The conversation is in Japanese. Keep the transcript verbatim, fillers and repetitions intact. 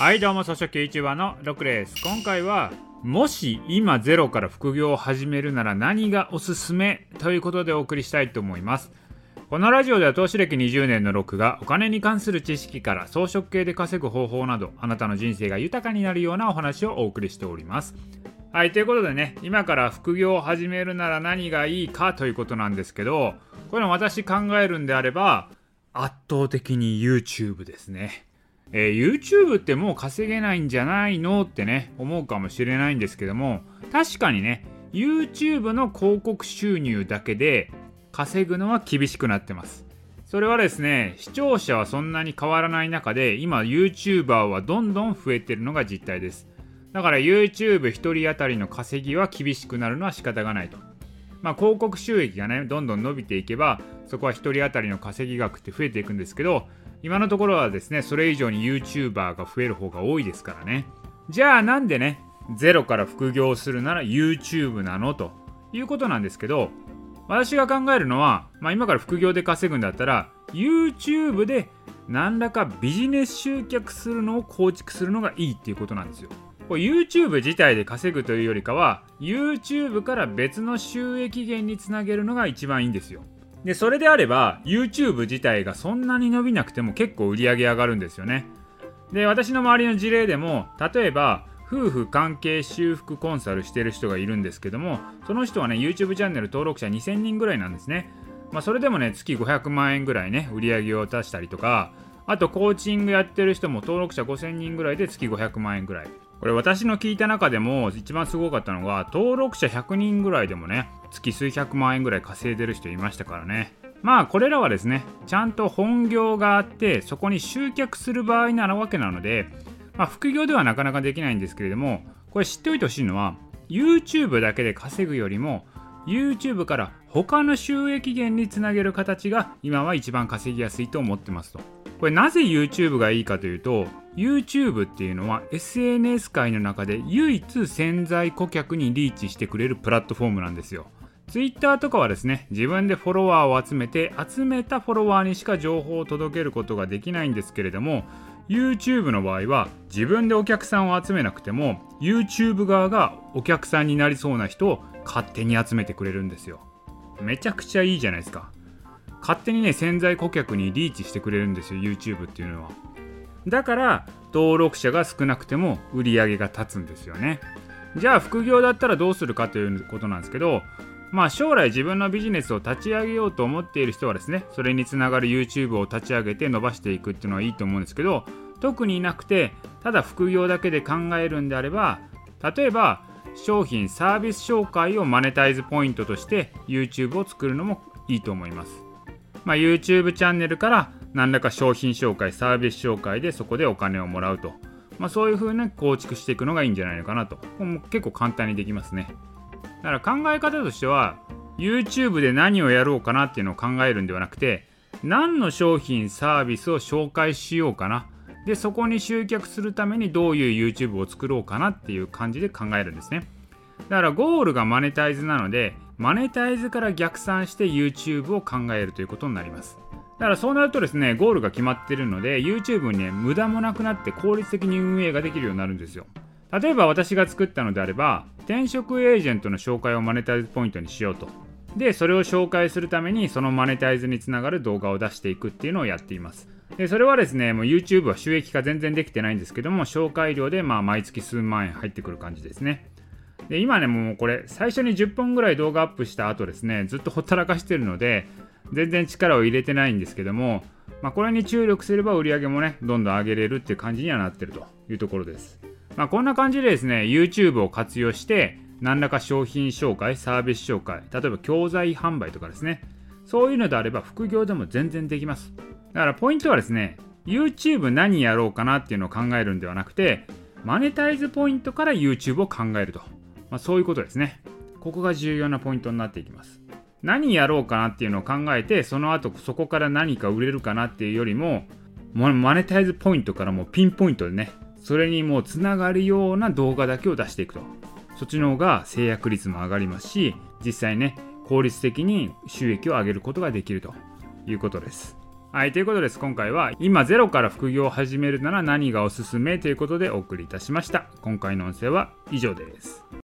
はいどうも、草食 YouTuber のロクです。今回はもし今ゼロから副業を始めるなら何がおすすめということでお送りしたいと思います。このラジオでは投資歴にじゅうねんのロクがお金に関する知識から草食系で稼ぐ方法など、あなたの人生が豊かになるようなお話をお送りしております。はい、ということでね、今から副業を始めるなら何がいいかということなんですけど、これ私考えるんであれば圧倒的に YouTube ですね。えー、YouTube ってもう稼げないんじゃないのってね思うかもしれないんですけども、確かにね YouTube の広告収入だけで稼ぐのは厳しくなってます。それはですね、視聴者はそんなに変わらない中で今 YouTuber はどんどん増えてるのが実態です。だから YouTube 一人当たりの稼ぎは厳しくなるのは仕方がないと。まあ広告収益がねどんどん伸びていけばそこは一人当たりの稼ぎ額って増えていくんですけど、今のところはですねそれ以上に YouTuber が増える方が多いですからね。じゃあなんでねゼロから副業するなら YouTube なのということなんですけど、私が考えるのは、まあ、今から副業で稼ぐんだったら YouTube で何らかビジネス集客するのを構築するのがいいっていうことなんですよ。これ YouTube 自体で稼ぐというよりかは YouTube から別の収益源につなげるのが一番いいんですよ。でそれであれば YouTube 自体がそんなに伸びなくても結構売り上げ上がるんですよね。で私の周りの事例でも、例えば夫婦関係修復コンサルしてる人がいるんですけども、その人はね YouTube チャンネル登録者にせんにんぐらいなんですね。まあそれでもね月ごひゃくまんえんぐらいね売り上げを出したりとか、あとコーチングやってる人も登録者ごせんにんぐらいで月ごひゃくまんえんぐらい。これ私の聞いた中でも一番すごかったのが、登録者ひゃくにんぐらいでもね月数百万円ぐらい稼いでる人いましたからね。まあこれらはですねちゃんと本業があってそこに集客する場合なわけなので、まあ、副業ではなかなかできないんですけれども、これ知っておいてほしいのは YouTube だけで稼ぐよりも YouTube から他の収益源につなげる形が今は一番稼ぎやすいと思ってますと。これなぜ YouTube がいいかというと、 YouTube っていうのは エスエヌエス 界の中で唯一潜在顧客にリーチしてくれるプラットフォームなんですよ。Twitter とかはですね、自分でフォロワーを集めて集めたフォロワーにしか情報を届けることができないんですけれども、 YouTube の場合は自分でお客さんを集めなくても YouTube 側がお客さんになりそうな人を勝手に集めてくれるんですよ。めちゃくちゃいいじゃないですか。勝手にね潜在顧客にリーチしてくれるんですよ YouTube っていうのは。だから登録者が少なくても売り上げが立つんですよね。じゃあ副業だったらどうするかということなんですけど、まあ将来自分のビジネスを立ち上げようと思っている人はですね、それにつながる YouTube を立ち上げて伸ばしていくっていうのはいいと思うんですけど、特になくてただ副業だけで考えるんであれば、例えば商品サービス紹介をマネタイズポイントとして YouTube を作るのもいいと思います。まあ、YouTube チャンネルから何らか商品紹介、サービス紹介でそこでお金をもらうと、まあ、そういう風に構築していくのがいいんじゃないのかなと。もう結構簡単にできますね。だから考え方としては YouTube で何をやろうかなっていうのを考えるんではなくて、何の商品サービスを紹介しようかな、でそこに集客するためにどういう YouTube を作ろうかなっていう感じで考えるんですね。だからゴールがマネタイズなので、マネタイズから逆算して YouTube を考えるということになります。だからそうなるとですね、ゴールが決まっているので YouTube にね無駄もなくなって効率的に運営ができるようになるんですよ。例えば私が作ったのであれば、転職エージェントの紹介をマネタイズポイントにしようと。でそれを紹介するためにそのマネタイズにつながる動画を出していくっていうのをやっています。でそれはですね、もう YouTube は収益化全然できてないんですけども、紹介料でまあ毎月数万円入ってくる感じですね。で今ねもうこれ最初にじゅっぽんぐらい動画アップした後ですね、ずっとほったらかしてるので全然力を入れてないんですけども、まあ、これに注力すれば売り上げもねどんどん上げれるっていう感じにはなってるというところです。まあ、こんな感じでですね YouTube を活用して何らか商品紹介、サービス紹介、例えば教材販売とかですね、そういうのであれば副業でも全然できます。だからポイントはですね、 YouTube 何やろうかなっていうのを考えるんではなくて、マネタイズポイントから YouTube を考えると、まあ、そういうことですね。ここが重要なポイントになっていきます。何やろうかなっていうのを考えて、その後そこから何か売れるかなっていうよりも、マネタイズポイントからもうピンポイントでね、それにもうつながるような動画だけを出していくと、そっちの方が制約率も上がりますし、実際ね効率的に収益を上げることができるということです。 はい、ということです。今回は今ゼロから副業を始めるなら何がおすすめということでお送りいたしました。今回の音声は以上です。